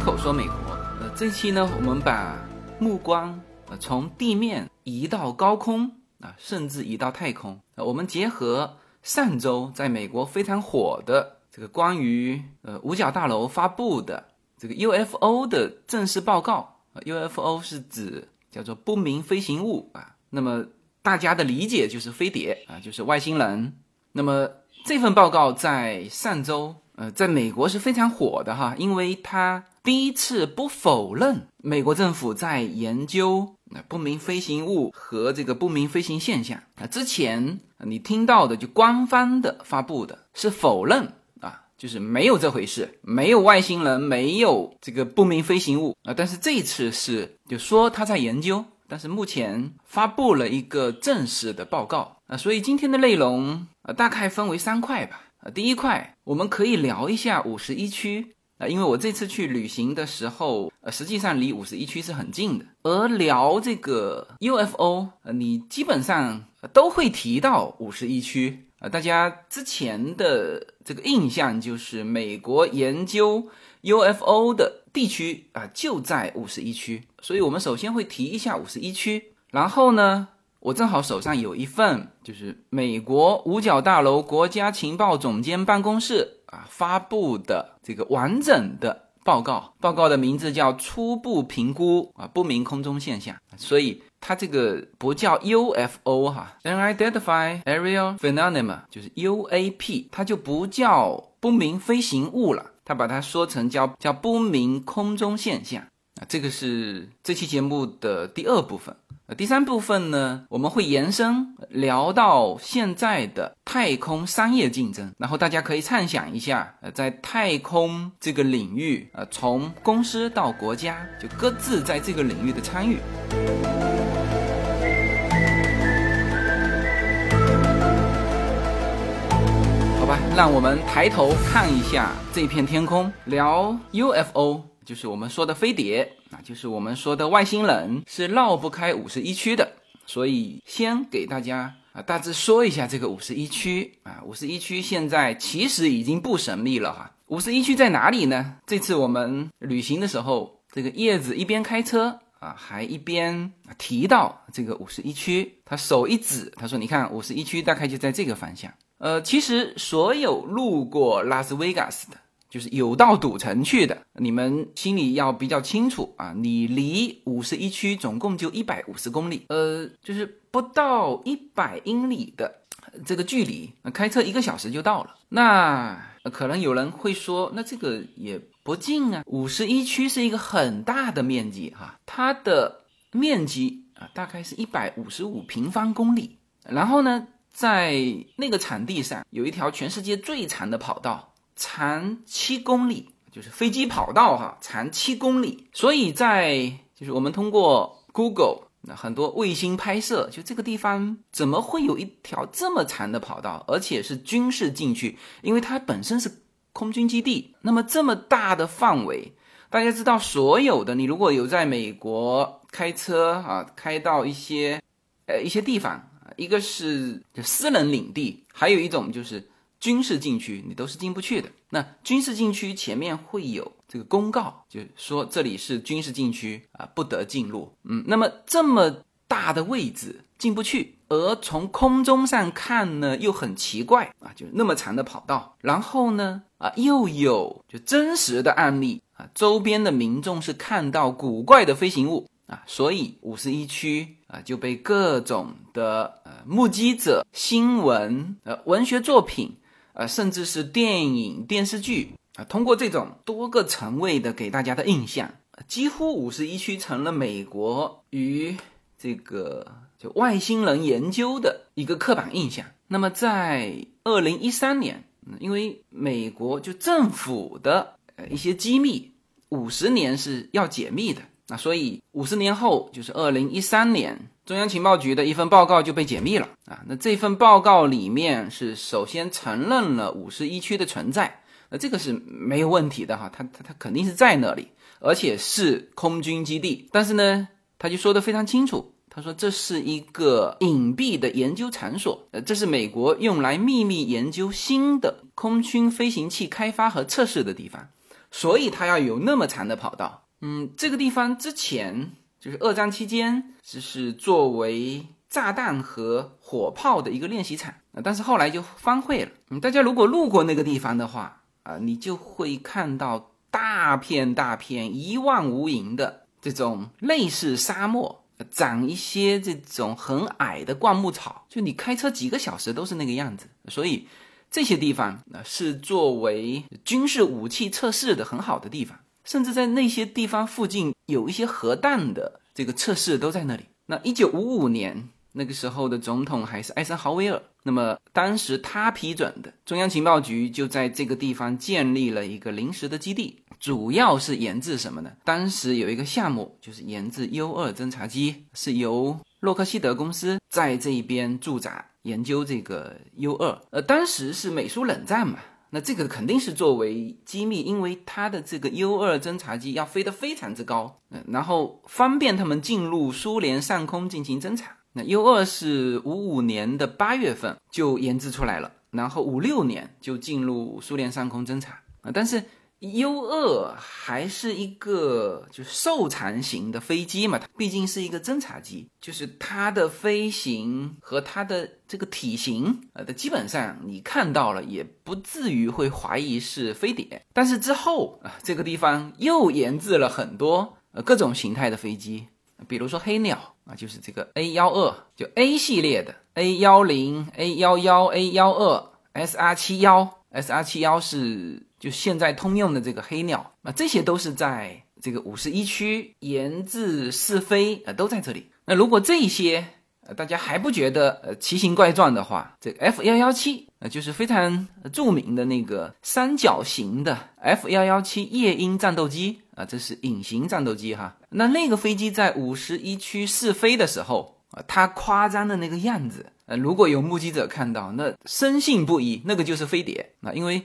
口说美国。这期呢，我们把目光从地面移到高空甚至移到太空。我们结合上周在美国非常火的这个关于五角大楼发布的这个 UFO 的正式报告。UFO 是指叫做不明飞行物那么大家的理解就是飞碟就是外星人。那么这份报告在上周在美国是非常火的因为它第一次不否认美国政府在研究不明飞行物和这个不明飞行现象。之前你听到的就官方的发布的是否认就是没有这回事，没有外星人，没有这个不明飞行物但是这一次是就说他在研究，但是目前发布了一个正式的报告所以今天的内容大概分为3块吧。第一块我们可以聊一下51区因为我这次去旅行的时候实际上离51区是很近的，而聊这个 UFO 你基本上都会提到51区大家之前的这个印象就是美国研究 UFO 的地区就在51区，所以我们首先会提一下51区。然后呢，我正好手上有一份就是美国五角大楼国家情报总监办公室发布的这个完整的报告，报告的名字叫初步评估不明空中现象，所以它这个不叫 UFO Unidentified Aerial Phenomena 就是 UAP， 它就不叫不明飞行物了，它把它说成叫不明空中现象这个是这期节目的第2部分。第3部分呢，我们会延伸聊到现在的太空商业竞争，然后大家可以畅想一下在太空这个领域从公司到国家就各自在这个领域的参与。好吧，让我们抬头看一下这片天空，聊 UFO 就是我们说的飞碟就是我们说的外星人，是绕不开51区的。所以先给大家大致说一下这个51区51区现在其实已经不神秘了51区在哪里呢？这次我们旅行的时候，这个叶子一边开车还一边提到这个51区，他手一指，他说你看51区大概就在这个方向。其实所有路过拉斯维加斯的就是有到赌城去的，你们心里要比较清楚你离51区总共就150公里，就是不到100英里的这个距离，开车1个小时就到了。那可能有人会说，那这个也不近51区是一个很大的面积它的面积大概是155平方公里。然后呢，在那个场地上有一条全世界最长的跑道，长7公里，就是飞机跑道长7公里。所以就是我们通过 Google 很多卫星拍摄，就这个地方怎么会有一条这么长的跑道，而且是军事禁区，因为它本身是空军基地。那么这么大的范围，大家知道所有的，你如果有在美国开车开到一些地方，一个是私人领地，还有一种就是军事禁区，你都是进不去的。那军事禁区前面会有这个公告，就是说这里是军事禁区不得进入。那么这么大的位置进不去，而从空中上看呢又很奇怪就是那么长的跑道。然后呢又有就真实的案例周边的民众是看到古怪的飞行物所以51区就被各种的目击者、新闻、文学作品甚至是电影、电视剧通过这种多个层位的给大家的印象，几乎51区成了美国与这个就外星人研究的一个刻板印象。那么在2013年，因为美国就政府的一些机密50年是要解密的，所以50年后就是2013年中央情报局的一份报告就被解密了那这份报告里面是首先承认了51区的存在，这个是没有问题的它肯定是在那里，而且是空军基地。但是呢他就说得非常清楚，他说这是一个隐蔽的研究场所，这是美国用来秘密研究新的空军飞行器开发和测试的地方。 所以它要有那么长的跑道。这个地方之前就是二战期间只是作为炸弹和火炮的一个练习场，但是后来就荒废了。大家如果路过那个地方的话你就会看到大片大片一望无垠的这种类似沙漠，长一些这种很矮的灌木草，就你开车几个小时都是那个样子。所以这些地方是作为军事武器测试的很好的地方，甚至在那些地方附近有一些核弹的这个测试都在那里。那1955年那个时候的总统还是艾森豪威尔，那么当时他批准的中央情报局就在这个地方建立了一个临时的基地，主要是研制什么呢？当时有一个项目就是研制 U2 侦察机，是由洛克希德公司在这边驻扎研究这个 U2。当时是美苏冷战嘛，那这个肯定是作为机密，因为它的这个 U2 侦察机要飞得非常之高，然后方便他们进入苏联上空进行侦察。那 U2 是55年的8月份就研制出来了，然后56年就进入苏联上空侦察。但是 U2 还是一个就是瘦长型的飞机嘛，它毕竟是一个侦察机，就是它的飞行和它的这个体型基本上你看到了也不至于会怀疑是飞碟。但是之后这个地方又研制了很多各种形态的飞机，比如说黑鸟就是这个 A12， 就 A 系列的 A10、A11、A12、SR71 是就现在通用的这个黑鸟，这些都是在这个51区研制试飞都在这里。那如果这些大家还不觉得奇形怪状的话，这个 F117就是非常著名的那个三角形的 F117 夜鹰战斗机这是隐形战斗机哈。那个飞机在51区试飞的时候它夸张的那个样子如果有目击者看到，那深信不疑那个就是飞碟因为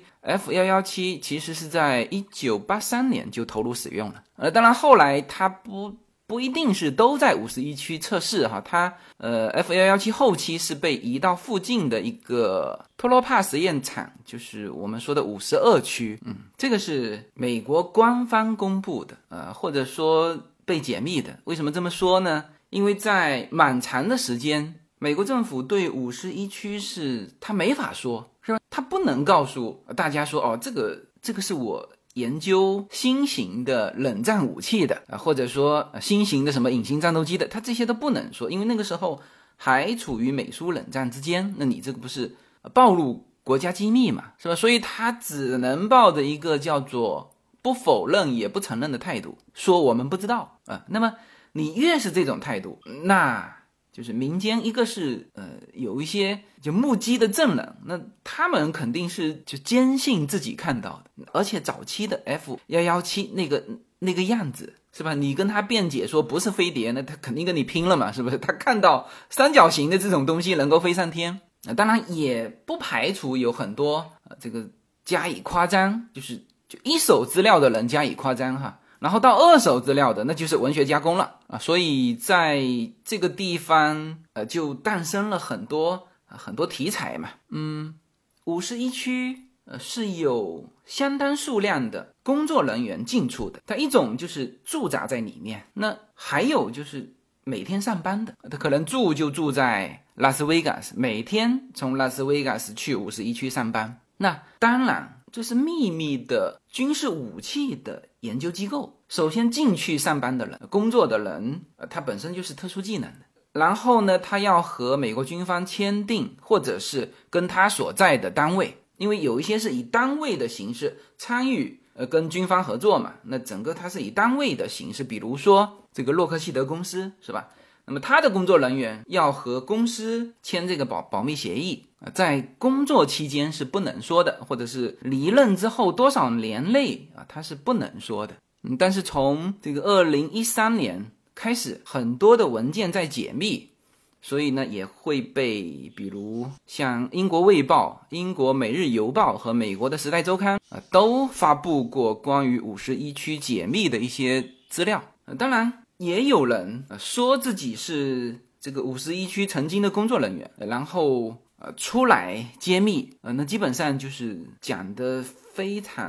F117 其实是在1983年就投入使用了当然后来它不一定是都在51区测试哈，它F117 后期是被移到附近的一个托罗帕实验场，就是我们说的52区。这个是美国官方公布的或者说被解密的。为什么这么说呢？因为在蛮长的时间美国政府对51区是他没法说，是吧？他不能告诉大家说这个是我研究新型的冷战武器的或者说新型的什么隐形战斗机的，他这些都不能说，因为那个时候还处于美苏冷战之间，那你这个不是暴露国家机密嘛，是吧？所以他只能抱着一个叫做不否认也不承认的态度，说我们不知道那么你越是这种态度，那就是民间一个是有一些就目击的证人，那他们肯定是就坚信自己看到的，而且早期的 F117 那个样子是吧？你跟他辩解说不是飞碟，那他肯定跟你拼了嘛，是不是？他看到三角形的这种东西能够飞上天当然也不排除有很多这个加以夸张，就一手资料的人加以夸张哈。然后到二手资料的那就是文学加工了所以在这个地方就诞生了很多题材嘛。51区是有相当数量的工作人员进出的，它一种就是驻扎在里面，那还有就是每天上班的，他可能就住在拉斯维加斯，每天从拉斯维加斯去51区上班。那当然这是秘密的军事武器的研究机构，首先进去上班的人工作的人他本身就是特殊技能的，然后呢他要和美国军方签订，或者是跟他所在的单位，因为有一些是以单位的形式参与跟军方合作嘛，那整个它是以单位的形式，比如说这个洛克希德公司是吧，那么他的工作人员要和公司签这个保密协议在工作期间是不能说的，或者是离任之后多少年内他是不能说的但是从这个2013年开始很多的文件在解密，所以呢也会被比如像英国卫报、英国每日邮报和美国的时代周刊都发布过关于51区解密的一些资料当然也有人说自己是这个51区曾经的工作人员，然后出来揭秘那基本上就是讲得非常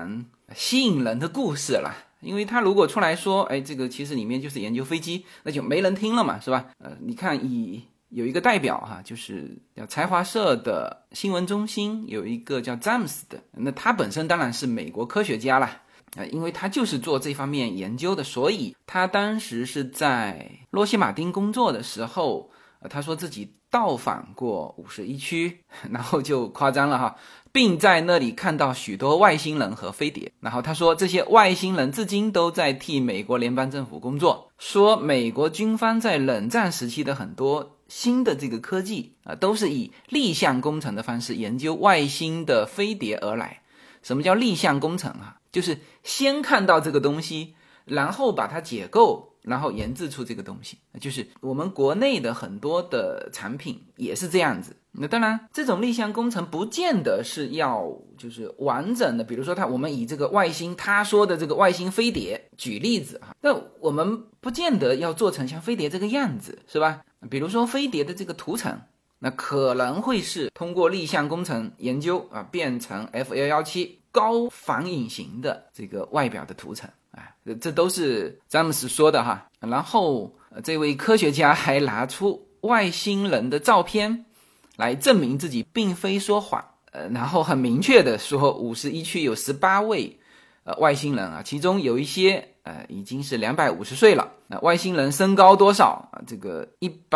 吸引人的故事了。因为他如果出来说，这个其实里面就是研究飞机，那就没人听了嘛，是吧？你看有一个代表哈，就是叫财华社的新闻中心有一个叫詹姆斯的，那他本身当然是美国科学家啦，因为他就是做这方面研究的，所以他当时是在洛希马丁工作的时候，他说自己到访过51区，然后就夸张了哈，并在那里看到许多外星人和飞碟。然后他说这些外星人至今都在替美国联邦政府工作，说美国军方在冷战时期的很多新的这个科技都是以立项工程的方式研究外星的飞碟而来。什么叫立项工程啊？就是先看到这个东西，然后把它解构，然后研制出这个东西。就是我们国内的很多的产品也是这样子。那当然这种立项工程不见得是要就是完整的，比如说我们以这个外星他说的这个外星飞碟举例子啊，那我们不见得要做成像飞碟这个样子，是吧？比如说飞碟的这个涂层，那可能会是通过立项工程研究变成 F117 高防隐形的这个外表的涂层，这都是詹姆斯说的哈。然后这位科学家还拿出外星人的照片来证明自己并非说谎，然后很明确的说51区有18位外星人其中有一些已经是250岁了。外星人身高多少这个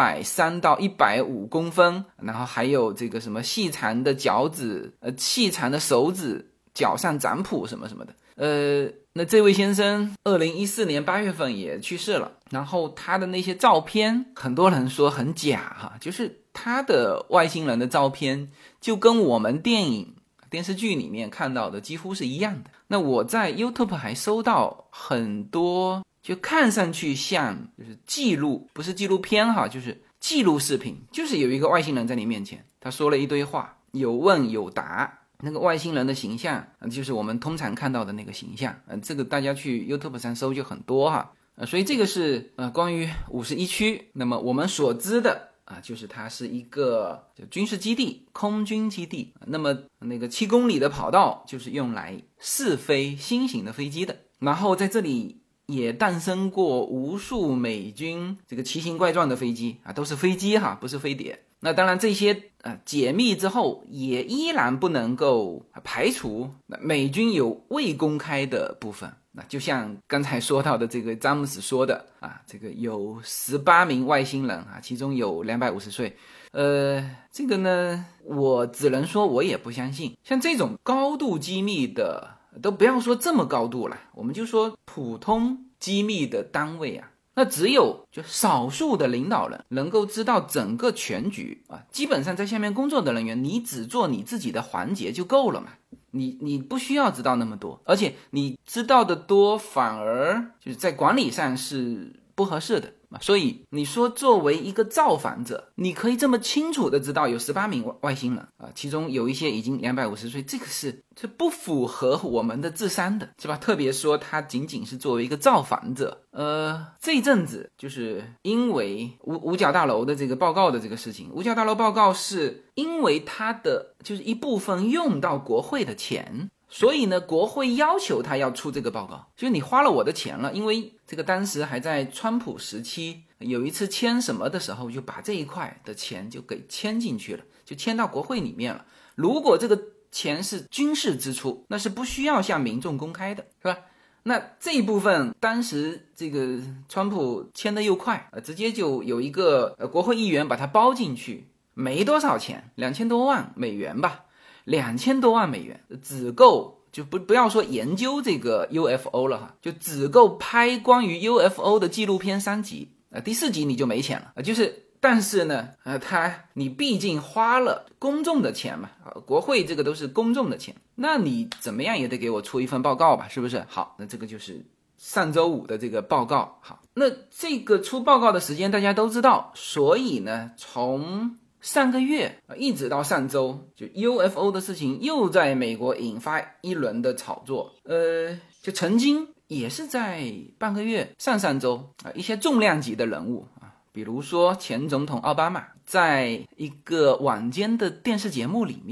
130到150公分，然后还有这个什么细长的脚趾细长的手指，脚上长蹼什么什么的。那这位先生2014年8月份也去世了，然后他的那些照片很多人说很假哈，就是他的外星人的照片就跟我们电视剧里面看到的几乎是一样的。那我在 YouTube 还收到很多就看上去像就是记录，不是纪录片哈，就是记录视频，就是有一个外星人在你面前，他说了一堆话，有问有答，那个外星人的形象就是我们通常看到的那个形象，这个大家去 YouTube 上搜就很多哈。所以这个是关于51区。那么我们所知的就是它是一个军事基地，空军基地。那么那个7公里的跑道就是用来试飞新型的飞机的，然后在这里也诞生过无数美军这个奇形怪状的飞机都是飞机哈，不是飞碟。那当然这些解密之后也依然不能够排除美军有未公开的部分。那就像刚才说到的这个詹姆斯说的这个有18名外星人其中有250岁。这个呢我只能说我也不相信。像这种高度机密的，都不要说这么高度了，我们就说普通机密的单位那只有就少数的领导人能够知道整个全局基本上在下面工作的人员，你只做你自己的环节就够了嘛，你不需要知道那么多，而且你知道的多反而就是在管理上是不合适的。所以你说作为一个造访者，你可以这么清楚的知道有18名外星人其中有一些已经250岁，这个是不符合我们的智商的，是吧？特别说他仅仅是作为一个造访者。这一阵子就是因为五角大楼的这个报告的这个事情，五角大楼报告是因为他的就是一部分用到国会的钱，所以呢国会要求他要出这个报告，就是你花了我的钱了。因为这个当时还在川普时期，有一次签什么的时候就把这一块的钱就给签进去了，就签到国会里面了。如果这个钱是军事支出，那是不需要向民众公开的，是吧？那这一部分当时这个川普签的又快直接就有一个国会议员把它包进去，没多少钱，2000多万美元吧，2000多万美元只够，就不要说研究这个 UFO 了哈，就只够拍关于 UFO 的纪录片3集，第4集你就没钱了，但是呢你毕竟花了公众的钱嘛，国会这个都是公众的钱，那你怎么样也得给我出一份报告吧，是不是？好，那这个就是上周五的这个报告。好，那这个出报告的时间大家都知道，所以呢从上个月一直到上周，就 UFO 的事情又在美国引发一轮的炒作。就曾经也是在半个月上周一些重量级的人物比如说前总统奥巴马在一个晚间的电视节目里面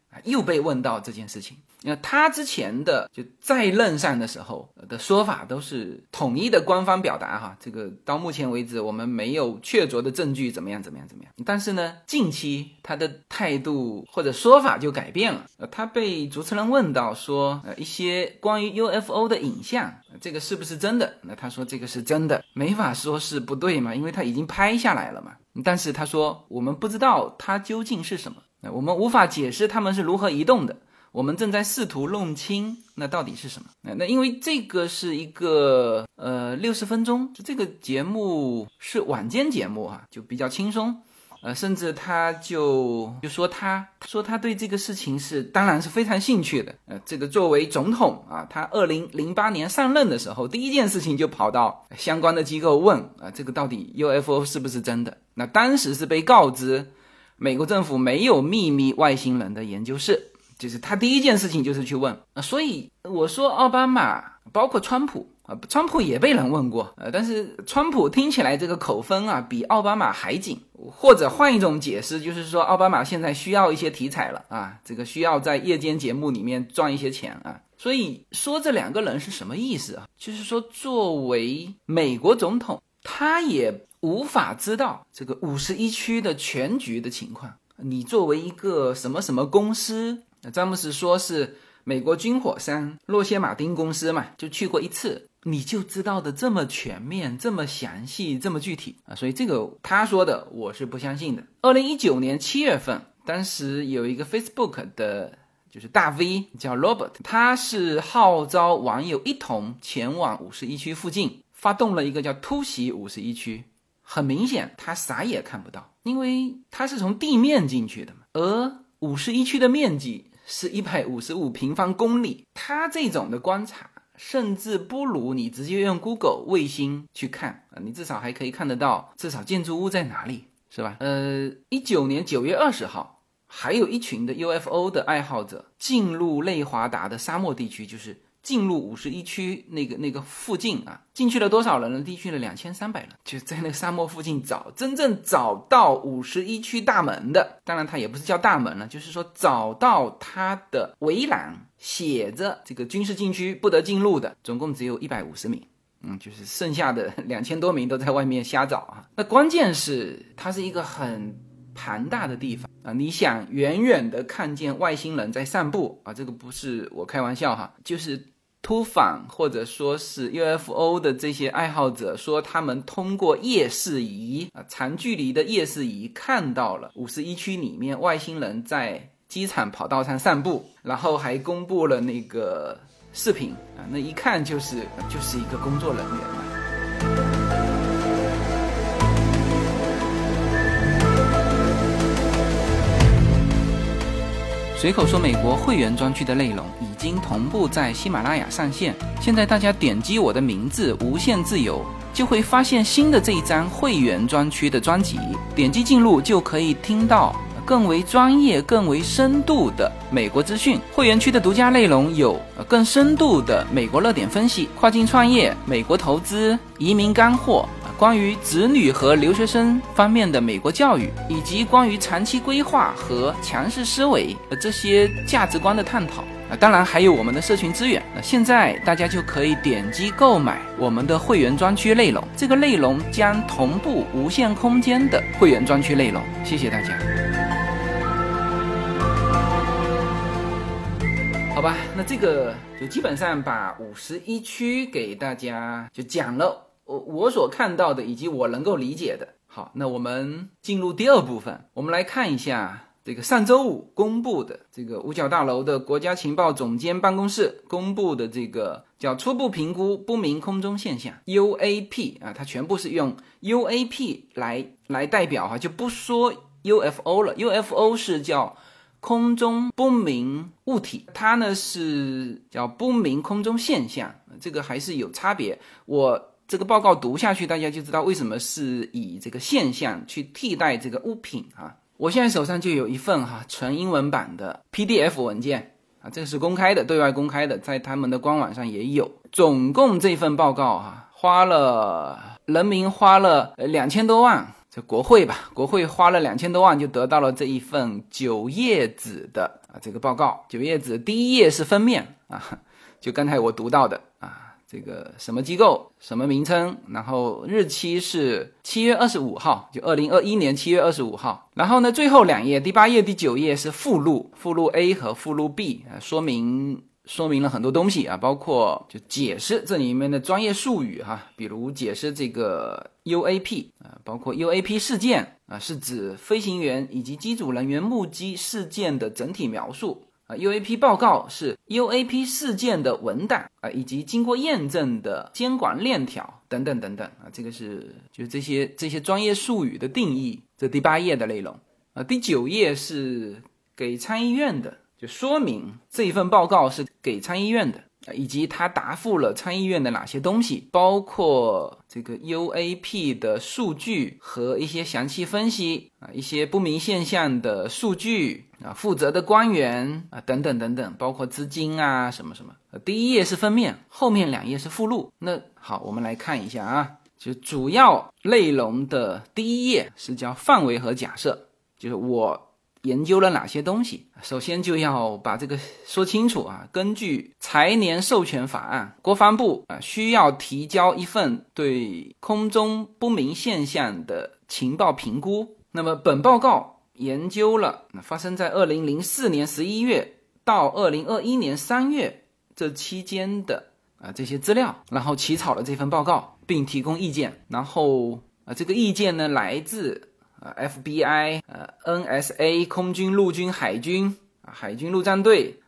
又被问到这件事情。那他之前的就在任上的时候的说法都是统一的官方表达哈，这个到目前为止我们没有确凿的证据怎么样。但是呢，近期他的态度或者说法就改变了。他被主持人问到说一些关于 UFO 的影像，这个是不是真的？那他说这个是真的，没法说是不对嘛，因为他已经拍下来了嘛。但是他说我们不知道它究竟是什么，我们无法解释它们是如何移动的，我们正在试图弄清那到底是什么。那因为这个是一个60分钟，这个节目是晚间节目啊，就比较轻松。甚至他就说他对这个事情当然是非常兴趣的。这个作为总统啊，他2008年上任的时候，第一件事情就跑到相关的机构问这个到底 UFO 是不是真的。那当时是被告知美国政府没有秘密外星人的研究室，就是他第一件事情就是去问。所以我说奥巴马包括川普也被人问过，但是川普听起来这个口风啊比奥巴马还紧，或者换一种解释就是说奥巴马现在需要一些题材了啊，这个需要在夜间节目里面赚一些钱啊。所以说这两个人是什么意思啊？就是说作为美国总统，他也无法知道这个51区的全局的情况。你作为一个什么什么公司，詹姆斯说是美国军火商洛谢马丁公司嘛，就去过一次，你就知道的这么全面，这么详细，这么具体啊，所以这个他说的我是不相信的。2019年7月份，当时有一个 Facebook 的就是大 V 叫 Robert， 他是号召网友一同前往51区附近，发动了一个叫突袭51区。很明显他啥也看不到，因为他是从地面进去的嘛，而51区的面积是155平方公里，他这种的观察甚至不如你直接用 Google 卫星去看，你至少还可以看得到至少建筑物在哪里，是吧？19年9月20号，还有一群的 UFO 的爱好者进入内华达的沙漠地区，就是进入51区那个附近啊，进去了多少人呢？进去了2300人，就在那个沙漠附近真正找到51区大门的，当然它也不是叫大门了，就是说找到它的围栏写着这个军事禁区不得进入的，总共只有150名。就是剩下的2000多名都在外面瞎找啊。那关键是它是一个很庞大的地方啊，你想远远的看见外星人在散步啊，这个不是我开玩笑哈，就是突访或者说是 UFO 的这些爱好者说他们通过夜视仪长距离的夜视仪看到了51区里面外星人在机场跑道上散步，然后还公布了那个视频啊，那一看就是一个工作人员嘛。随口说美国会员专区的内容已经同步在喜马拉雅上线，现在大家点击我的名字无限自由，就会发现新的这一张会员专区的专辑，点击进入就可以听到更为专业更为深度的美国资讯。会员区的独家内容有更深度的美国热点分析、跨境创业、美国投资、移民干货，关于子女和留学生方面的美国教育，以及关于长期规划和强势思维这些价值观的探讨。当然还有我们的社群资源，现在大家就可以点击购买我们的会员专区内容，这个内容将同步无限空间的会员专区内容。谢谢大家。好吧，那这个就基本上把51区给大家就讲了我所看到的以及我能够理解的。好，那我们进入第二部分，我们来看一下这个上周五公布的这个五角大楼的国家情报总监办公室公布的这个叫初步评估不明空中现象 UAP 啊，它全部是用 UAP 来代表哈，就不说 UFO 了， UFO 是叫空中不明物体，它呢是叫不明空中现象，这个还是有差别。我这个报告读下去大家就知道为什么是以这个现象去替代这个物品啊。我现在手上就有一份纯英文版的 PDF 文件啊，这个是公开的，对外公开的，在他们的官网上也有。总共这份报告人民花了2000多万这国会吧，国会花了2000多万就得到了这一份9页纸的这个报告。9页纸第一页是封面就刚才我读到的这个什么机构什么名称，然后日期是7月25号，就2021年7月25号。然后呢，最后2页，第8页第9页是附录，附录 A 和附录 B 说明了很多东西包括就解释这里面的专业术语比如解释这个 UAP 包括 UAP 事件是指飞行员以及机组人员目击事件的整体描述UAP 报告是 UAP 事件的文档以及经过验证的监管链条等等等等这个是就这些专业术语的定义。这第8页的内容第9页是给参议院的，就说明这一份报告是给参议院的以及他答复了参议院的哪些东西，包括这个 UAP 的数据和一些详细分析一些不明现象的数据负责的官员等等等等，包括资金什么什么。第一页是封面，后面2页是附录。那好，我们来看一下就主要内容的第一页是叫范围和假设，就是我研究了哪些东西。首先就要把这个说清楚根据财年授权法案，国防部需要提交一份对空中不明现象的情报评估。那么本报告研究了发生在2004年11月到2021年3月这期间的这些资料，然后起草了这份报告并提供意见。然后这个意见呢来自FBI NSA 空军陆军海军海军陆战队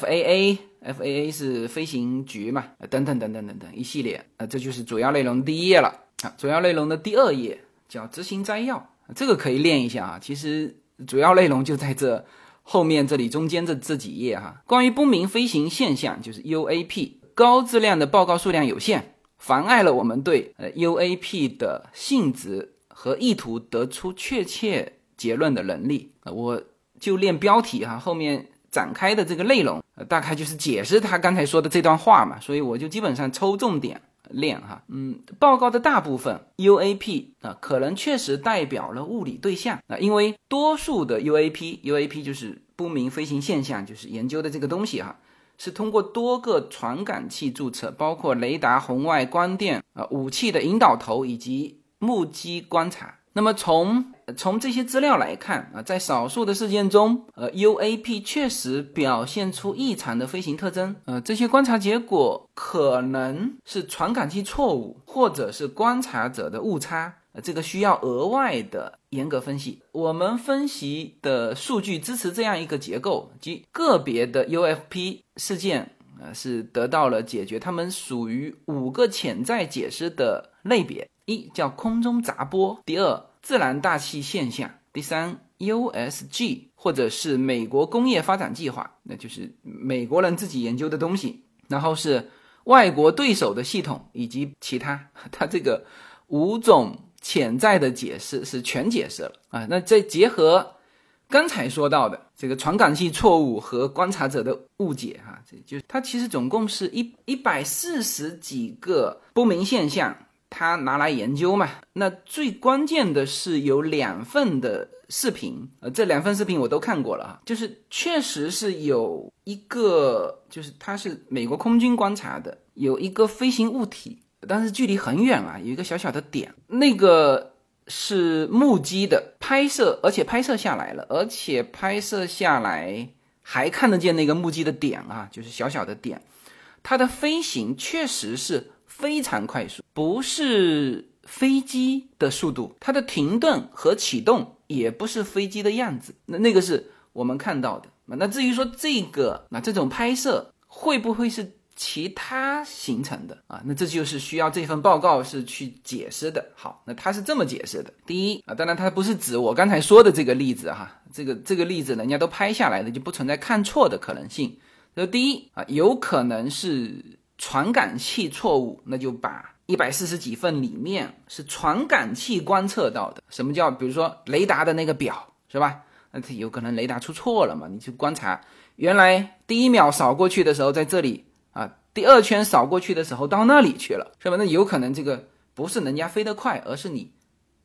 FAA 是飞行局嘛等等等等等等一系列这就是主要内容第1页了主要内容的第2页叫执行摘要，这个可以练一下其实主要内容就在这后面这里中间这几页关于不明飞行现象就是 UAP 高质量的报告数量有限，妨碍了我们对UAP 的性质和意图得出确切结论的能力我就练标题后面展开的这个内容大概就是解释他刚才说的这段话嘛，所以我就基本上抽重点练报告的大部分 UAP 可能确实代表了物理对象因为多数的 UAP 就是不明飞行现象，就是研究的这个东西是通过多个传感器注册，包括雷达、红外、光电武器的引导头以及目击观察。那么从这些资料来看在少数的事件中UAP 确实表现出异常的飞行特征这些观察结果可能是传感器错误或者是观察者的误差这个需要额外的严格分析。我们分析的数据支持这样一个结构，即个别的 UFP 事件是得到了解决，它们属于5个潜在解释的类别。1叫空中杂波，第2自然大气现象，第3 USG 或者是美国工业发展计划，那就是美国人自己研究的东西，然后是外国对手的系统以及其他，它这个5种潜在的解释是全解释了那再结合刚才说到的这个传感器错误和观察者的误解这就是它其实总共是140几个不明现象他拿来研究嘛。那最关键的是有2份的视频这2份视频我都看过了就是确实是有一个就是它是美国空军观察的，有一个飞行物体但是距离很远有一个小小的点，那个是目击的拍摄，而且拍摄下来了，而且拍摄下来还看得见那个目击的点就是小小的点，它的飞行确实是非常快速，不是飞机的速度，它的停顿和启动也不是飞机的样子，那个是我们看到的。那至于说这种拍摄会不会是其他形成的那这就是需要这份报告是去解释的。好，那它是这么解释的。第一当然它不是指我刚才说的这个例子这个例子人家都拍下来的，就不存在看错的可能性。第一有可能是传感器错误，那就把140几份里面是传感器观测到的。什么叫比如说雷达的那个表是吧，那有可能雷达出错了嘛，你去观察原来第1秒扫过去的时候在这里第2圈扫过去的时候到那里去了是吧，那有可能这个不是人家飞得快，而是你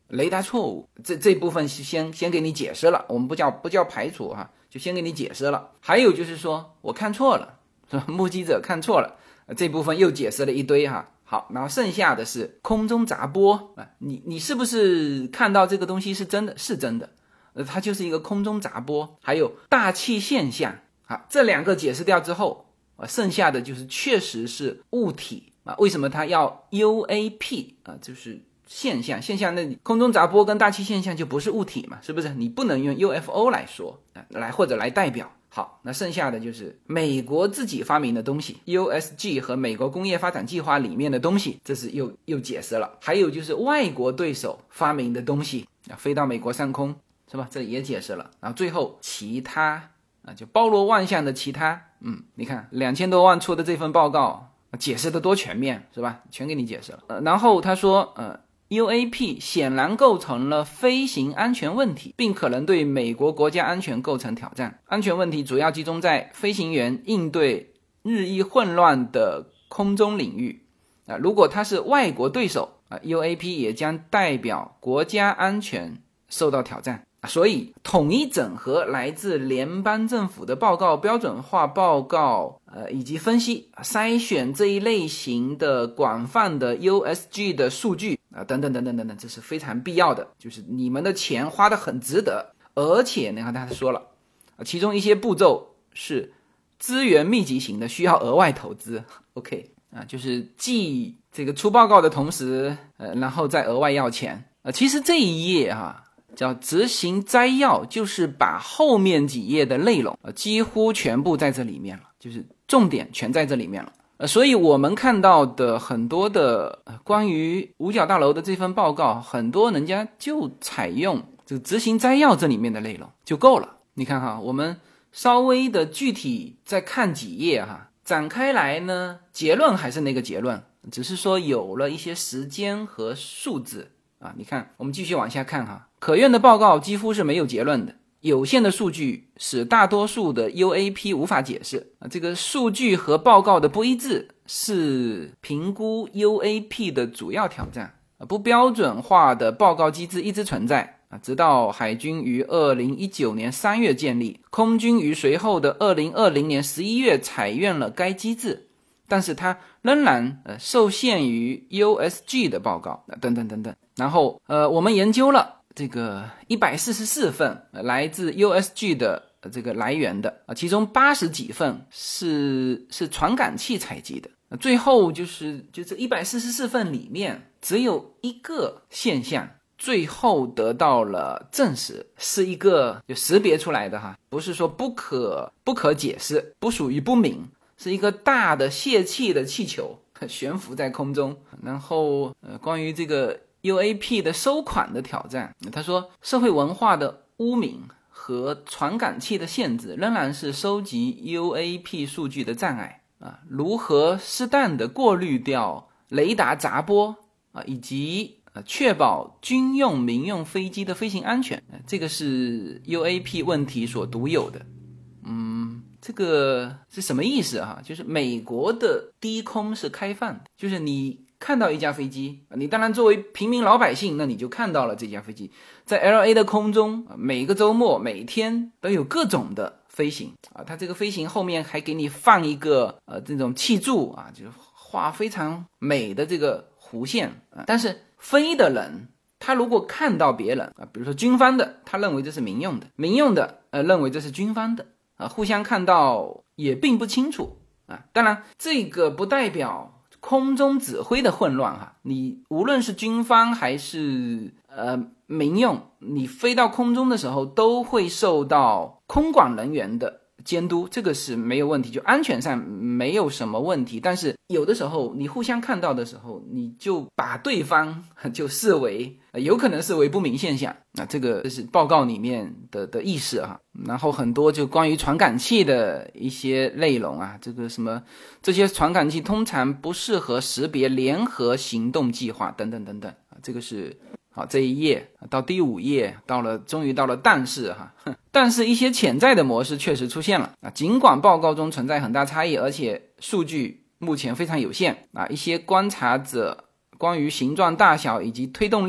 雷达错误，这部分先给你解释了，我们不叫排除哈，就先给你解释了。还有就是说我看错了，是吧？目击者看错了，这部分又解释了一堆哈。好，然后剩下的是空中杂波啊，你是不是看到这个东西是真的？是真的，它就是一个空中杂波。还有大气现象啊，这两个解释掉之后剩下的就是确实是物体啊。为什么它要 UAP 啊？就是现象，那空中杂波跟大气现象就不是物体嘛，是不是？你不能用 UFO 来说或者来代表。好，那剩下的就是美国自己发明的东西 USG 和美国工业发展计划里面的东西，这是又解释了。还有就是外国对手发明的东西飞到美国上空，是吧？这也解释了。然后最后其他就包罗万象的其他，你看2000多万出的这份报告解释的多全面，是吧？全给你解释了。然后他说UAP 显然构成了飞行安全问题，并可能对美国国家安全构成挑战。安全问题主要集中在飞行员应对日益混乱的空中领域。如果他是外国对手UAP 也将代表国家安全受到挑战。所以统一整合来自联邦政府的报告、标准化报告以及分析，筛选这一类型的广泛的 USG 的数据等等等等等等，这是非常必要的。就是你们的钱花得很值得，而且你看他说了其中一些步骤是资源密集型的，需要额外投资。 OK 就是既这个出报告的同时然后再额外要钱其实这一页叫执行摘要，就是把后面几页的内容几乎全部在这里面了，就是重点全在这里面了。所以我们看到的很多的关于五角大楼的这份报告，很多人家就采用这个执行摘要这里面的内容就够了。你看我们稍微的具体再看几页展开来呢，结论还是那个结论，只是说有了一些时间和数字你看我们继续往下看可院的报告几乎是没有结论的，有限的数据使大多数的 UAP 无法解释这个数据和报告的不一致是评估 UAP 的主要挑战不标准化的报告机制一直存在直到海军于2019年3月建立，空军于随后的2020年11月采用了该机制，但是它仍然受限于 USG 的报告等等等等。然后我们研究了这个144份来自 USG 的这个来源的其中80几份是传感器采集的。最后就这144份里面只有一个现象最后得到了证实，是一个就识别出来的不是说不可解释，不属于不明，是一个大的泄气的气球悬浮在空中。然后关于这个 UAP 的收款的挑战，他说社会文化的污名和传感器的限制仍然是收集 UAP 数据的障碍如何适当的过滤掉雷达杂波以及确保军用民用飞机的飞行安全这个是 UAP 问题所独有的。这个是什么意思就是美国的低空是开放的，就是你看到一架飞机，你当然作为平民老百姓，那你就看到了这架飞机在 LA 的空中每个周末每天都有各种的飞行它这个飞行后面还给你放一个这种气柱就是画非常美的这个弧线但是飞的人他如果看到别人比如说军方的，他认为这是民用的，民用的认为这是军方的互相看到也并不清楚当然这个不代表空中指挥的混乱你无论是军方还是民用，你飞到空中的时候都会受到空管人员的监督，这个是没有问题，就安全上没有什么问题。但是有的时候你互相看到的时候，你就把对方就视为有可能视为不明现象这个是报告里面的意思然后很多就关于传感器的一些内容这个什么这些传感器通常不适合识别联合行动计划等等等等这个是好，这一页到第5页终于到了但是一些潜在的模式确实出现了尽管报告中存在很大差异，而且数据目前非常有限一些观察者关于形状大小以及推动力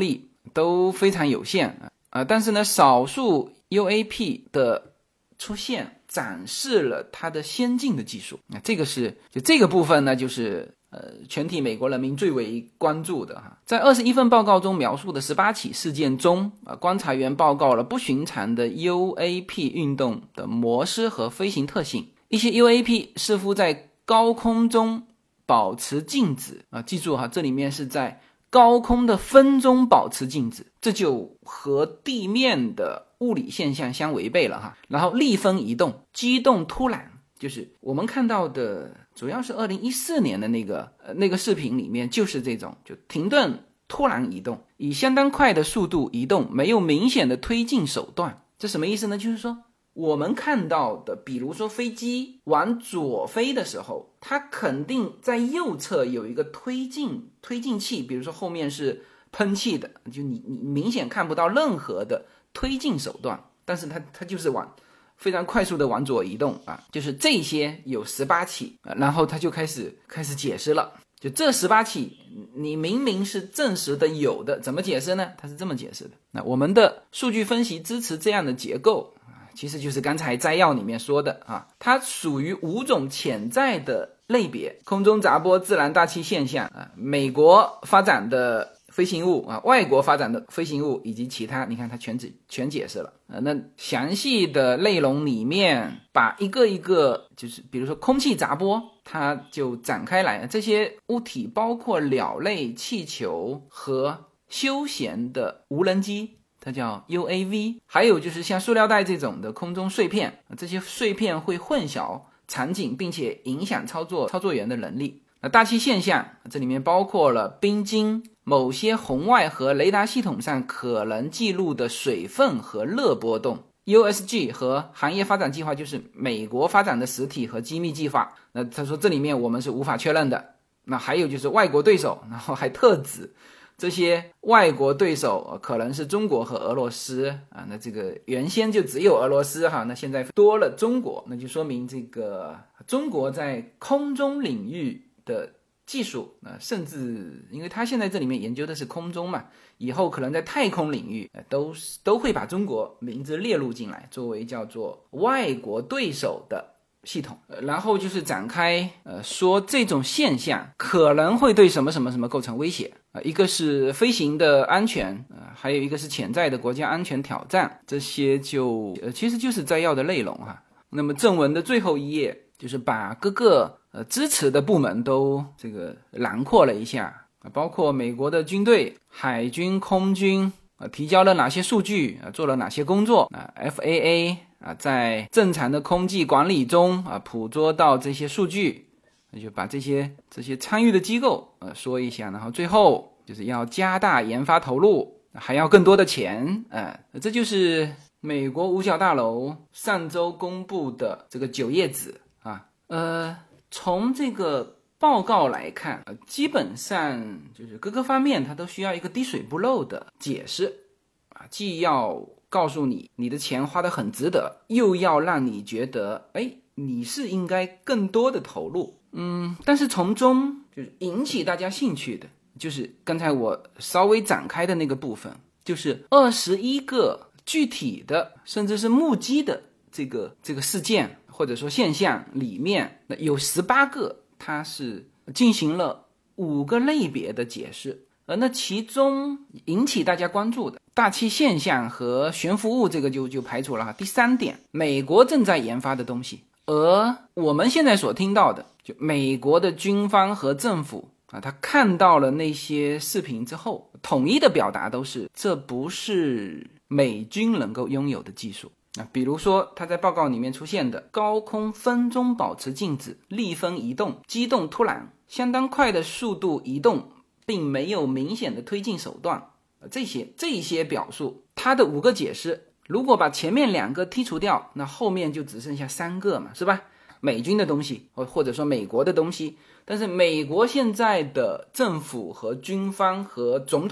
都非常有限但是呢，少数 UAP 的出现展示了它的先进的技术。这个是就这个部分呢，就是全体美国人民最为关注的哈。在21份报告中描述的18起事件中观察员报告了不寻常的 UAP 运动的模式和飞行特性。一些 UAP 似乎在高空中保持静止记住哈，这里面是在高空的风中保持静止，这就和地面的物理现象相违背了哈。然后逆风移动、机动突然，就是我们看到的主要是2014年的那个视频里面，就是这种就停顿突然移动，以相当快的速度移动，没有明显的推进手段。这什么意思呢？就是说我们看到的，比如说飞机往左飞的时候，它肯定在右侧有一个推进器，比如说后面是喷气的，就你明显看不到任何的推进手段，但是它就是非常快速的往左移动就是这些有18起然后他就开始解释了，就这18起你明明是证实的有的，怎么解释呢？他是这么解释的。那我们的数据分析支持这样的结构其实就是刚才摘要里面说的它属于5种潜在的类别：空中杂波、自然大气现象美国发展的飞行物外国发展的飞行物以及其他，你看它全解释了那详细的内容里面把一个一个，就是比如说空气杂波，它就展开来，这些物体包括鸟类、气球和休闲的无人机，它叫 UAV， 还有就是像塑料袋这种的空中碎片，这些碎片会混淆场景并且影响操作员的能力。大气现象这里面包括了冰晶、某些红外和雷达系统上可能记录的水分和热波动。 USG 和行业发展计划就是美国发展的实体和机密计划，那他说这里面我们是无法确认的。那还有就是外国对手，然后还特指这些外国对手可能是中国和俄罗斯那这个原先就只有俄罗斯那现在多了中国，那就说明这个中国在空中领域的技术甚至因为他现在这里面研究的是空中嘛，以后可能在太空领域都会把中国名字列入进来，作为叫做外国对手的系统。然后就是展开说这种现象可能会对什么什么什么构成威胁一个是飞行的安全还有一个是潜在的国家安全挑战，这些就其实就是摘要的内容那么正文的最后一页就是把各个支持的部门都这个囊括了一下包括美国的军队、海军、空军提交了哪些数据做了哪些工作FAA在正常的空际管理中捕捉到这些数据，那就把这些参与的机构说一下，然后最后就是要加大研发投入，还要更多的钱这就是美国五角大楼上周公布的这个9页纸从这个报告来看基本上就是各个方面它都需要一个滴水不漏的解释既要告诉你的钱花得很值得，又要让你觉得你是应该更多的投入但是从中就是引起大家兴趣的就是刚才我稍微展开的那个部分，就是21个具体的甚至是目击的这个事件或者说现象里面有18个它是进行了5个类别的解释那其中引起大家关注的大气现象和悬浮物这个就排除了第3点，美国正在研发的东西，而我们现在所听到的就美国的军方和政府他看到了那些视频之后统一的表达都是这不是美军能够拥有的技术比如说他在报告里面出现的高空风中保持静止、逆风移动、机动突然、相当快的速度移动并没有明显的推进手段这些表述它的5个解释，如果把前面2个剔除掉，那后面就只剩下3个嘛，是吧？美军的东西或者说美国的东西，但是美国现在的政府和军方和总统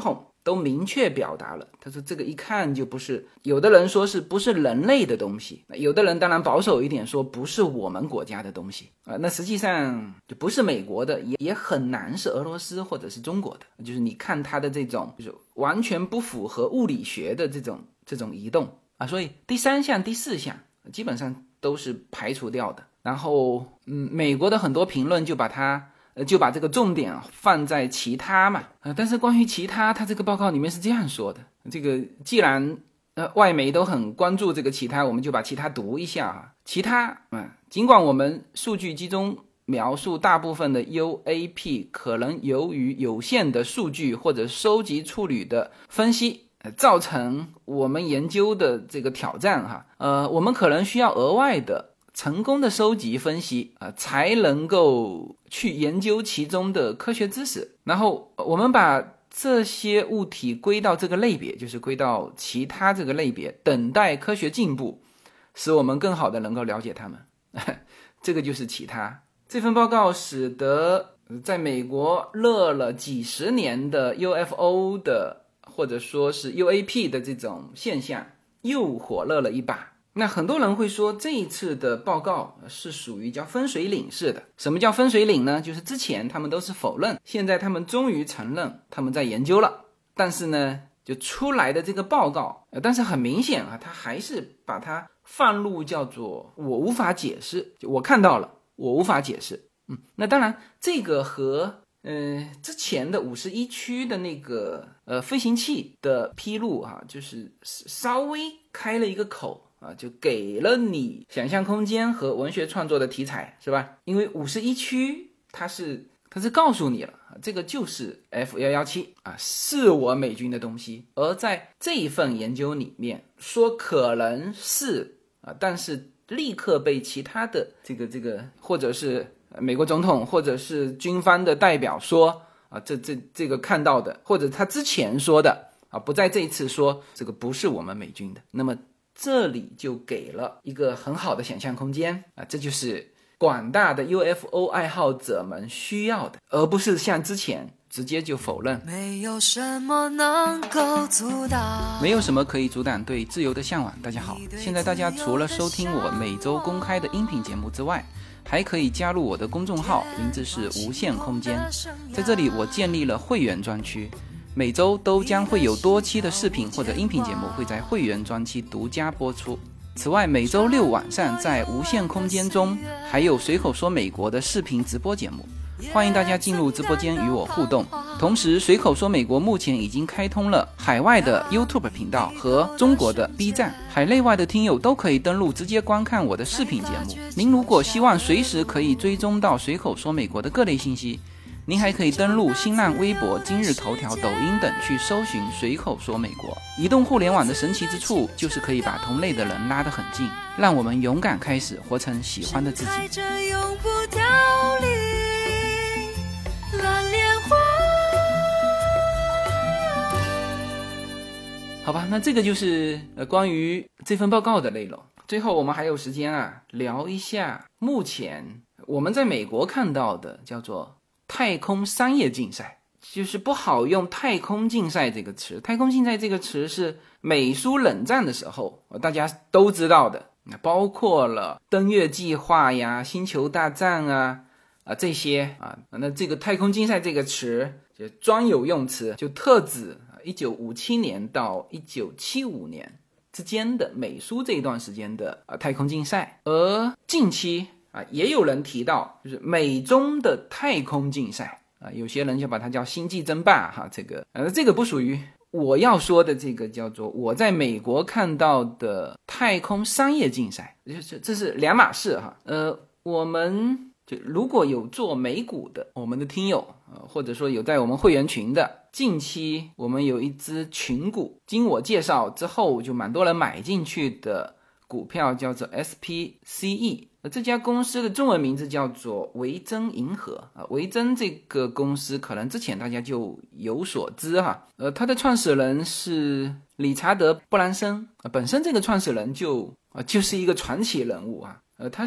都明确表达了，他说这个一看就不是，有的人说是不是人类的东西，有的人当然保守一点说不是我们国家的东西那实际上就不是美国的，也很难是俄罗斯或者是中国的，就是你看它的这种就是完全不符合物理学的这种移动所以第3项第4项基本上都是排除掉的。然后美国的很多评论就把这个重点放在其他嘛但是关于其他，他这个报告里面是这样说的，这个既然外媒都很关注这个其他，我们就把其他读一下其他尽管我们数据集中描述大部分的 UAP 可能由于有限的数据或者收集处理的分析造成我们研究的这个挑战我们可能需要额外的成功的收集分析才能够去研究其中的科学知识，然后我们把这些物体归到这个类别，就是归到其他这个类别，等待科学进步，使我们更好的能够了解它们这个就是其他。这份报告使得在美国热了几十年的 UFO 的或者说是 UAP 的这种现象又火热了一把。那很多人会说这一次的报告是属于叫分水岭式的。什么叫分水岭呢？就是之前他们都是否认，现在他们终于承认他们在研究了，但是呢就出来的这个报告但是很明显他还是把它放入叫做我无法解释，就我看到了我无法解释那当然这个和之前的51区的那个飞行器的披露就是稍微开了一个口就给了你想象空间和文学创作的题材，是吧？因为51区它是告诉你了这个就是 F117是我美军的东西，而在这一份研究里面说可能是但是立刻被其他的这个或者是美国总统或者是军方的代表说这个看到的，或者他之前说的不在这一次说这个不是我们美军的，那么这里就给了一个很好的想象空间这就是广大的 UFO 爱好者们需要的，而不是像之前直接就否认。 没有什么能够阻挡， 没有什么可以阻挡对自由的向往。大家好，现在大家除了收听我每周公开的音频节目之外，还可以加入我的公众号，名字是无限空间。在这里我建立了会员专区，每周都将会有多期的视频或者音频节目会在会员专区独家播出。此外，每周6晚上在无限空间中还有随口说美国的视频直播节目，欢迎大家进入直播间与我互动。同时，随口说美国目前已经开通了海外的 YouTube 频道和中国的 B 站，海内外的听友都可以登录直接观看我的视频节目。您如果希望随时可以追踪到随口说美国的各类信息，您还可以登录新浪微博、今日头条、抖音等去搜寻随口说美国。移动互联网的神奇之处就是可以把同类的人拉得很近，让我们勇敢开始活成喜欢的自己。 在这永不凋零蓝莲花。 好吧，那这个就是关于这份报告的内容。最后我们还有时间聊一下目前我们在美国看到的叫做太空商业竞赛，就是不好用太空竞赛这个词。太空竞赛这个词是美苏冷战的时候大家都知道的，包括了登月计划呀、星球大战这些那这个太空竞赛这个词就专有用词，就特指1957年到1975年之间的美苏这一段时间的太空竞赛。而近期也有人提到就是美中的太空竞赛有些人就把它叫星际争霸这个不属于我要说的，这个叫做我在美国看到的太空商业竞赛，这是两码事我们就如果有做美股的我们的听友或者说有在我们会员群的，近期我们有一只群股，经我介绍之后就蛮多人买进去的股票，叫做 SPCE。这家公司的中文名字叫做维珍银河维珍这个公司可能之前大家就有所知它的创始人是理查德·布兰森本身这个创始人就是一个传奇人物他是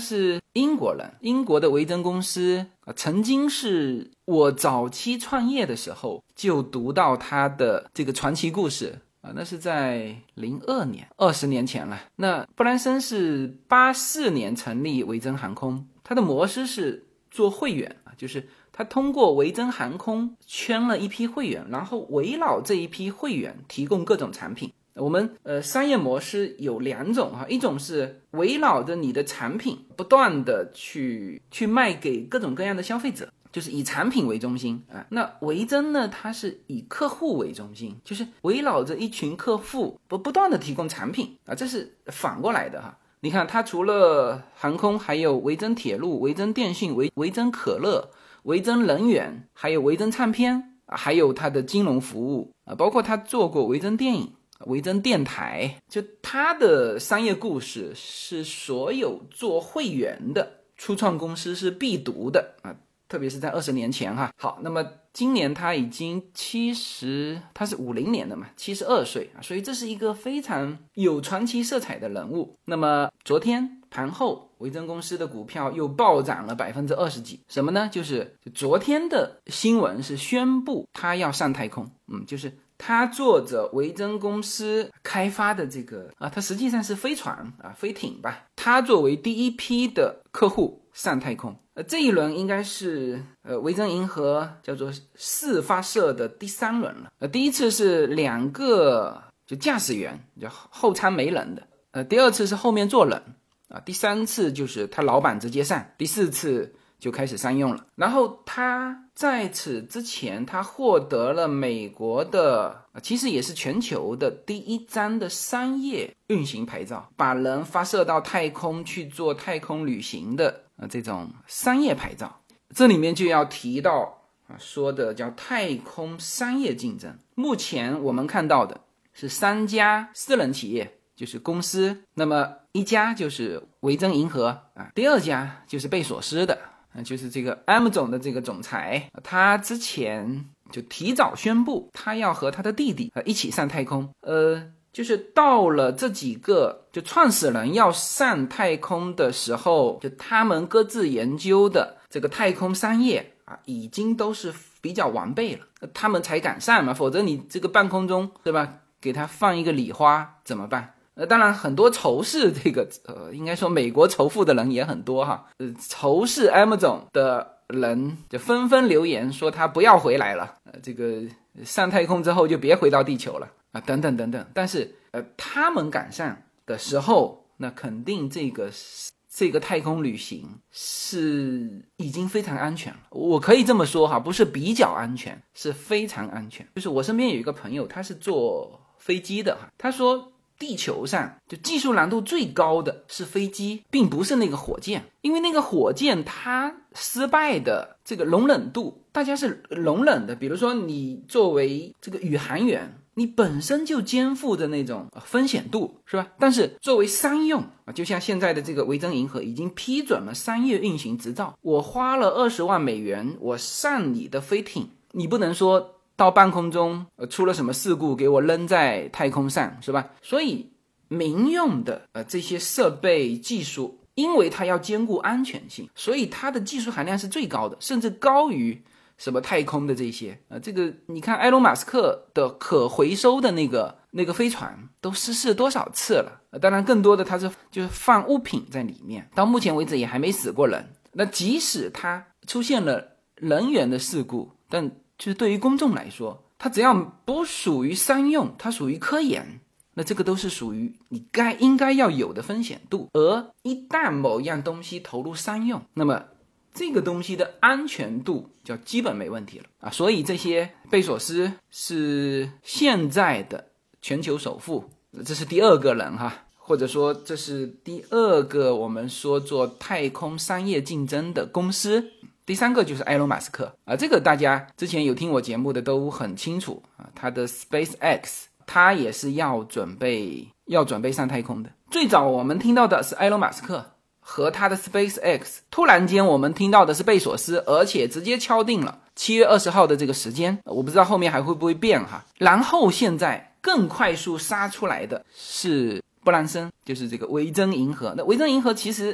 英国人，英国的维珍公司曾经是我早期创业的时候就读到他的这个传奇故事那是在02年，20年前了。那布兰森是84年成立维珍航空，他的模式是做会员就是他通过维珍航空圈了一批会员，然后围绕这一批会员提供各种产品。我们商业模式有2种一种是围绕着你的产品不断的去卖给各种各样的消费者，就是以产品为中心那维珍呢，它是以客户为中心，就是围绕着一群客户不断的提供产品这是反过来的你看它除了航空还有维珍铁路、维珍电信、维珍可乐、维珍能源，还有维珍唱片还有它的金融服务包括它做过维珍电影、维珍电台，就他的商业故事是所有做会员的初创公司是必读的特别是在20年前好，那么今年他已经他是50年的嘛，72岁所以这是一个非常有传奇色彩的人物。那么昨天盘后维珍公司的股票又暴涨了20%几，什么呢？就是昨天的新闻是宣布他要上太空就是他做着维珍公司开发的这个他实际上是飞船飞艇吧，他作为第一批的客户上太空这一轮应该是维珍银河叫做4发射的第3轮了第一次是2个就驾驶员就后舱没人的第2次是后面坐人第3次就是他老板直接上，第4次就开始商用了。然后他在此之前他获得了美国的其实也是全球的第1张的商业运行牌照，把人发射到太空去做太空旅行的这种商业牌照。这里面就要提到说的叫太空商业竞争。目前我们看到的是3家私人企业，就是公司，那么一家就是维珍银河第2家就是贝索斯的就是这个 Amazon 的这个总裁，他之前就提早宣布他要和他的弟弟一起上太空就是到了这几个就创始人要上太空的时候，就他们各自研究的这个太空商业已经都是比较完备了，他们才敢上嘛，否则你这个半空中对吧，给他放一个礼花怎么办？当然很多仇视这个应该说美国仇富的人也很多仇视 Amazon 的人就纷纷留言说他不要回来了这个上太空之后就别回到地球了等等等等。但是他们赶上的时候，那肯定这个太空旅行是已经非常安全了。我可以这么说不是比较安全，是非常安全。就是我身边有一个朋友，他是坐飞机的他说地球上就技术难度最高的是飞机，并不是那个火箭，因为那个火箭它失败的这个容忍度大家是容忍的。比如说你作为这个宇航员，你本身就肩负着那种风险度是吧？但是作为商用就像现在的这个维珍银河已经批准了商业运行执照，我花了20万美元我上你的飞艇，你不能说到半空中出了什么事故给我扔在太空上是吧？所以民用的这些设备技术，因为它要兼顾安全性，所以它的技术含量是最高的，甚至高于什么太空的这些这个你看埃隆马斯克的可回收的那个飞船都失事多少次了当然更多的它是就是放物品在里面，到目前为止也还没死过人。那即使它出现了人员的事故，但就是对于公众来说，它只要不属于商用，它属于科研，那这个都是属于你应该要有的风险度。而一旦某样东西投入商用，那么这个东西的安全度就基本没问题了所以这些贝索斯是现在的全球首富，这是第2个人或者说这是第2个我们说做太空商业竞争的公司。第3个就是埃隆马斯克这个大家之前有听我节目的都很清楚他的 SpaceX 他也是要准备上太空的。最早我们听到的是埃隆马斯克和他的 SpaceX， 突然间我们听到的是贝索斯，而且直接敲定了7月20号的这个时间，我不知道后面还会不会变然后现在更快速杀出来的是布兰森，就是这个维珍银河。那维珍银河其实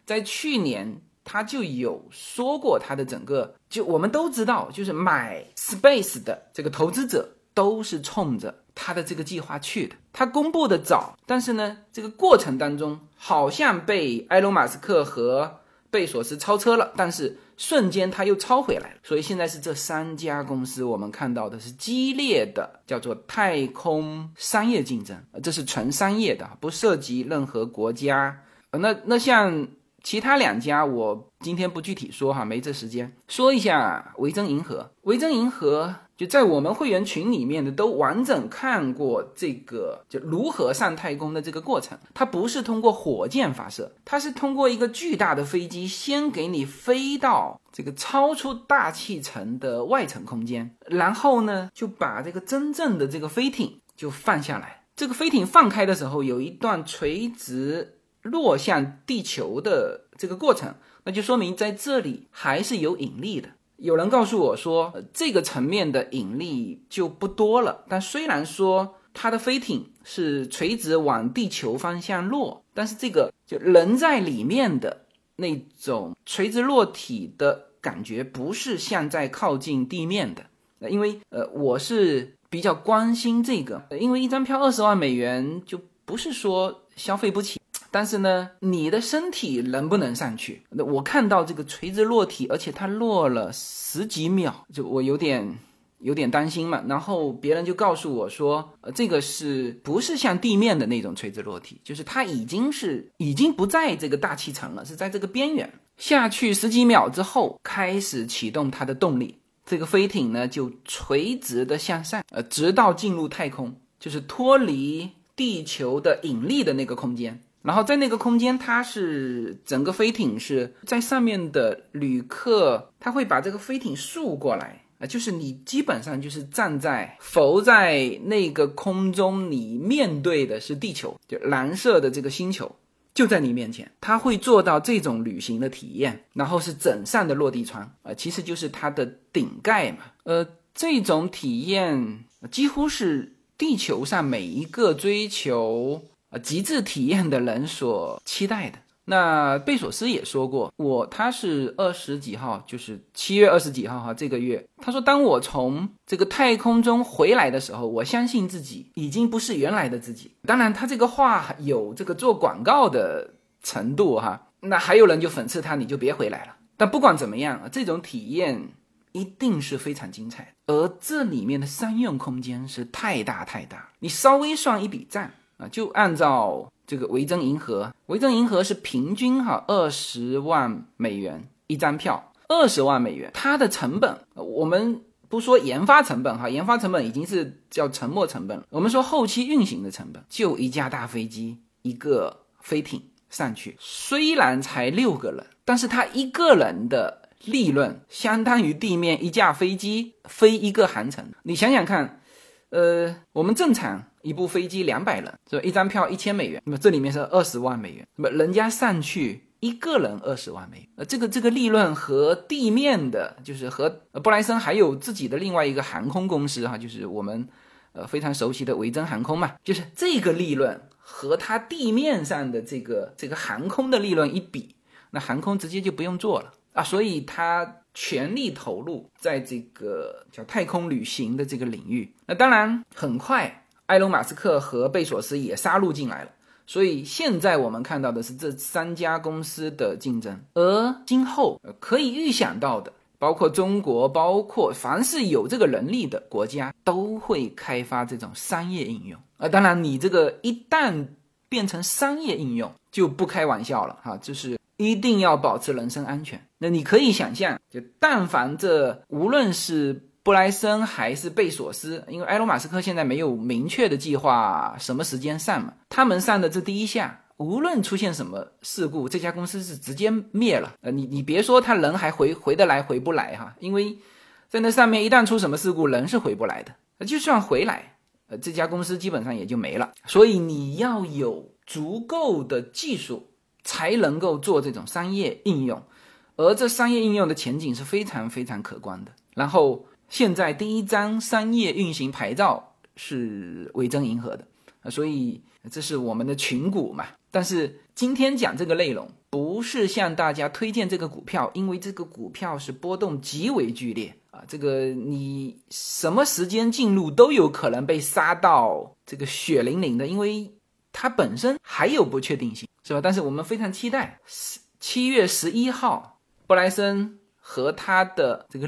在去年他就有说过他的整个，就我们都知道，就是买 Space 的这个投资者都是冲着他的这个计划去的。他公布的早，但是呢，这个过程当中好像被埃隆·马斯克和贝索斯超车了，但是瞬间他又超回来了。所以现在是这3家公司，我们看到的是激烈的叫做太空商业竞争，这是纯商业的，不涉及任何国家。那像其他2家我今天不具体说哈，没这时间。说一下维珍银河。维珍银河就在我们会员群里面的都完整看过这个就如何上太空的这个过程。它不是通过火箭发射，它是通过一个巨大的飞机先给你飞到这个超出大气层的外层空间，然后呢就把这个真正的这个飞艇就放下来。这个飞艇放开的时候有一段垂直落向地球的这个过程，那就说明在这里还是有引力的。有人告诉我说，这个层面的引力就不多了，但虽然说它的飞艇是垂直往地球方向落，但是这个就人在里面的那种垂直落体的感觉不是像在靠近地面的。因为我是比较关心这个，因为一张票20万美元就不是说消费不起，但是呢你的身体能不能上去。我看到这个垂直落体，而且它落了10几秒，就我有点担心嘛。然后别人就告诉我说这个是不是像地面的那种垂直落体，就是它已经不在这个大气层了，是在这个边缘。下去10几秒之后开始启动它的动力，这个飞艇呢就垂直的向上，直到进入太空，就是脱离地球的引力的那个空间。然后在那个空间，它是整个飞艇是在上面的旅客，他会把这个飞艇竖过来，就是你基本上就是浮在那个空中，你面对的是地球，就蓝色的这个星球就在你面前。他会做到这种旅行的体验，然后是整扇的落地窗，其实就是它的顶盖嘛。这种体验几乎是地球上每一个追求极致体验的人所期待的。那贝索斯也说过，他是20几号，就是7月20几号这个月，他说当我从这个太空中回来的时候，我相信自己已经不是原来的自己。当然他这个话有这个做广告的程度那还有人就讽刺他，你就别回来了。但不管怎么样，这种体验一定是非常精彩的，而这里面的商用空间是太大，你稍微算一笔账就按照这个维珍银河是平均20万美元一张票，20万美元，它的成本我们不说研发成本研发成本已经是叫沉没成本，我们说后期运行的成本，就一架大飞机一个飞艇上去，虽然才6个人，但是他一个人的利润相当于地面一架飞机飞一个航程。你想想看，我们正常一部飞机200人，所以一张票1000美元，那么这里面是20万美元，那么人家上去一个人20万美元，这个利润和地面的，就是和布莱森还有自己的另外一个航空公司就是我们非常熟悉的维珍航空嘛，就是这个利润和它地面上的这个航空的利润一比，那航空直接就不用做了所以它全力投入在这个叫太空旅行的这个领域。那当然很快埃隆·马斯克和贝索斯也杀入进来了，所以现在我们看到的是这3家公司的竞争。而今后可以预想到的，包括中国，包括凡是有这个能力的国家，都会开发这种商业应用。当然你这个一旦变成商业应用就不开玩笑了就是一定要保持人身安全。那你可以想象，就但凡这无论是布莱森还是贝索斯，因为埃隆·马斯克现在没有明确的计划什么时间上嘛，他们上的这第一下，无论出现什么事故，这家公司是直接灭了。你别说他人还回得来回不来因为在那上面一旦出什么事故，人是回不来的。就算回来，这家公司基本上也就没了。所以你要有足够的技术才能够做这种商业应用，而这商业应用的前景是非常非常可观的。然后现在第一张商业运行牌照是维珍银河的， 所以这是我们的群股嘛。但是今天讲这个内容不是向大家推荐这个股票，因为这个股票是波动极为剧烈啊，这个你什么时间进入都有可能被杀到这个血淋淋的，因为它本身还有不确定性，是吧？但是我们非常期待7月11号布莱森和他的这个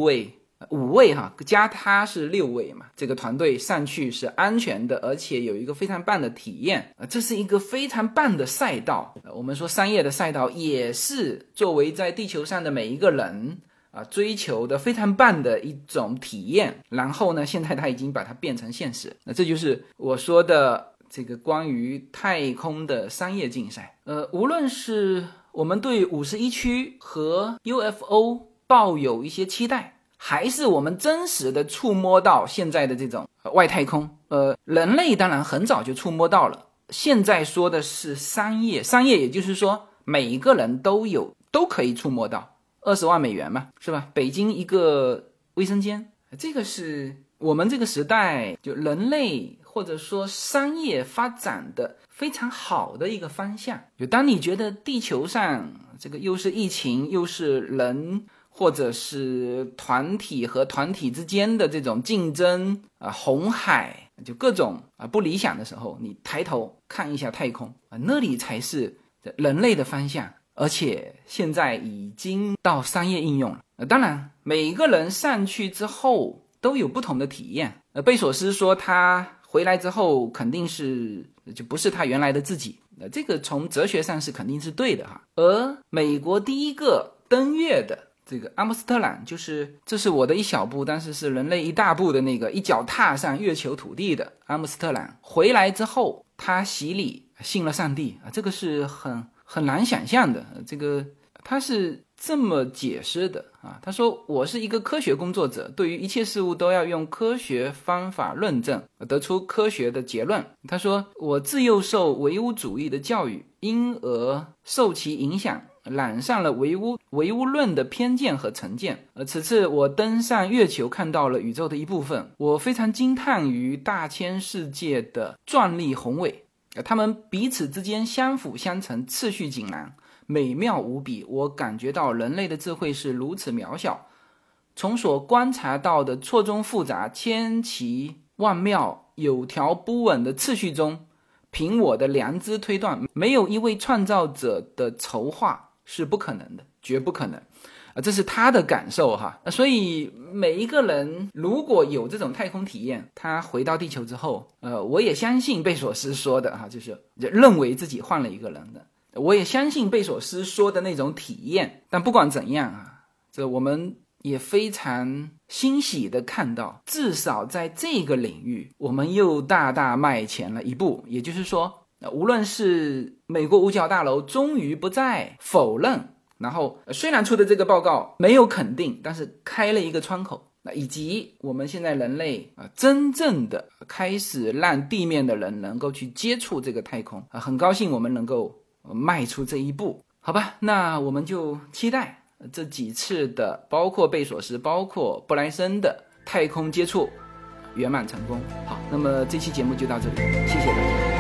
5位加他是6位嘛，这个团队上去是安全的，而且有一个非常棒的体验，这是一个非常棒的赛道。我们说商业的赛道也是作为在地球上的每一个人追求的非常棒的一种体验。然后呢，现在他已经把它变成现实，那这就是我说的这个关于太空的商业竞赛。无论是我们对51区和 UFO 抱有一些期待，还是我们真实的触摸到现在的这种外太空，人类当然很早就触摸到了，现在说的是商业也就是说每一个人都可以触摸到，20万美元嘛，是吧？北京一个卫生间，这个是我们这个时代就人类或者说商业发展的非常好的一个方向。就当你觉得地球上这个又是疫情又是人或者是团体和团体之间的这种竞争红海就各种不理想的时候，你抬头看一下太空那里才是人类的方向，而且现在已经到商业应用了。当然每一个人上去之后都有不同的体验。贝索斯说他回来之后肯定是就不是他原来的自己，这个从哲学上是肯定是对的哈。而美国第一个登月的这个阿姆斯特朗，就是这是我的一小步但是是人类一大步的那个一脚踏上月球土地的阿姆斯特朗，回来之后他洗礼信了上帝这个是很难想象的。这个他是这么解释的他说我是一个科学工作者，对于一切事物都要用科学方法论证，得出科学的结论。他说我自幼受唯物主义的教育，因而受其影响染上了唯物论的偏见和成见。此次我登上月球，看到了宇宙的一部分，我非常惊叹于大千世界的壮丽宏伟，他们彼此之间相辅相成，次序井然，美妙无比。我感觉到人类的智慧是如此渺小，从所观察到的错综复杂、千奇万妙、有条不紊的次序中，凭我的良知推断，没有一位创造者的筹划是不可能的，绝不可能这是他的感受哈。所以每一个人如果有这种太空体验，他回到地球之后我也相信贝索斯说的就是认为自己换了一个人的，我也相信贝索斯说的那种体验。但不管怎样这我们也非常欣喜的看到，至少在这个领域我们又大大迈前了一步。也就是说无论是美国五角大楼终于不再否认，然后虽然出的这个报告没有肯定，但是开了一个窗口，以及我们现在人类真正的开始让地面的人能够去接触这个太空很高兴我们能够迈出这一步。好吧，那我们就期待这几次的包括贝索斯包括布莱森的太空接触圆满成功。好，那么这期节目就到这里，谢谢大家。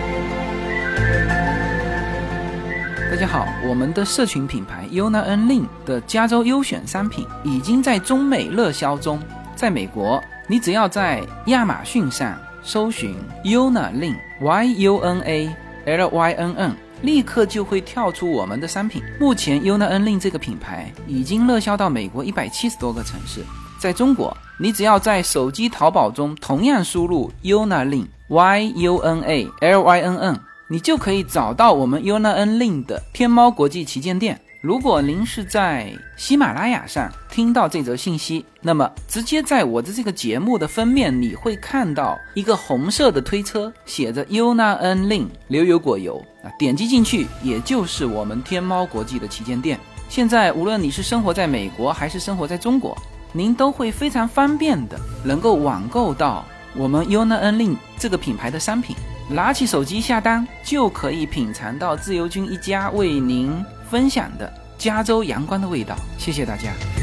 大家好，我们的社群品牌 Yona N Lin 的加州优选商品已经在中美热销中。在美国，你只要在亚马逊上搜寻 Yona Lin YUNA LYNN， 立刻就会跳出我们的商品。目前 Yona N Lin 这个品牌已经热销到美国170多个城市。在中国，你只要在手机淘宝中同样输入 Yona Lin YUNA LYNN，你就可以找到我们 Yona N Lin 的天猫国际旗舰店。如果您是在喜马拉雅上听到这则信息，那么直接在我的这个节目的封面你会看到一个红色的推车，写着 Yona N Lin 牛油果油点击进去也就是我们天猫国际的旗舰店。现在无论你是生活在美国还是生活在中国，您都会非常方便的能够网购到我们 Yona N Lin 这个品牌的商品，拿起手机下单就可以品尝到自由军一家为您分享的加州阳光的味道。谢谢大家。